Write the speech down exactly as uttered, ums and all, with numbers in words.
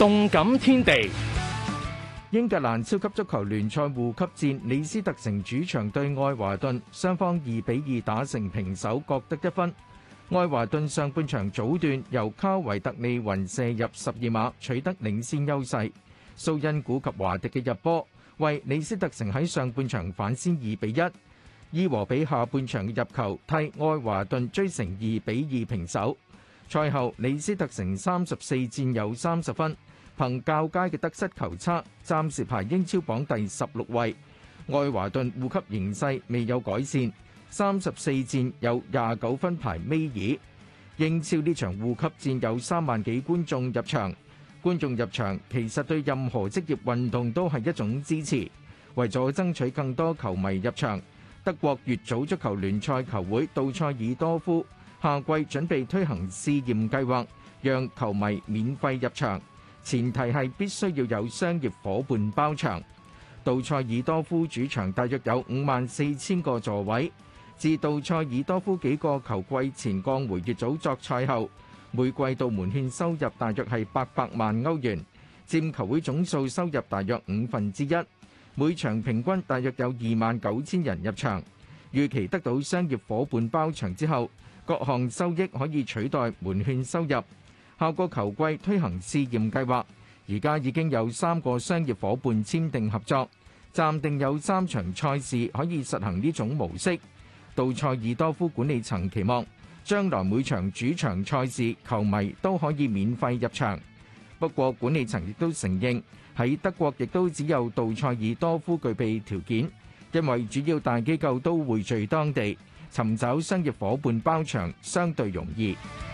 動感天地， 英格蘭超級足球聯賽護級戰，李斯特城主場對愛華頓，雙方二比二打成平手，各得一分。愛華頓上半場早段由卡維特利雲射入十二碼，取得領先優勢。蘇恩古及華迪嘅入波，為李斯特城喺上半場反先二比一。伊和比下半場嘅入球，替愛華頓追成二比二平手。賽後，李斯特城三十四戰有三十分，憑較佳嘅得失球差，暫時排英超榜第十六位。愛華頓護級形勢未有改善，三十四戰有廿九分排尾二。英超呢場護級戰有三萬幾觀眾入場，觀眾入場其實對任何職業運動都係一種支持。為咗爭取更多球迷入場，德國乙組足球聯賽球會杜塞爾多夫下季準備推行試驗計劃，讓球迷免費入場，前提係必須要有商業夥伴包場。杜塞爾多夫主場大約有五萬四千個座位。自杜塞爾多夫幾個球季前降回乙組作賽後，每季度門券收入大約係八百萬歐元，佔球會總數收入大約五分之一。每場平均大約有二萬九千人入場。預期得到商業夥伴包場之後，各項收益可以取代門券收入。下個球季推行試驗計劃，而家已經有三個商業夥伴簽訂合作，暫定有三場賽事可以實行呢種模式。杜塞爾多夫管理層期望將來每場主場賽事球迷都可以免費入場。不過管理層亦都承認喺德國亦都只有杜塞爾多夫具備條件，因為主要大機構都匯聚當地，尋找商業夥伴包場相對容易。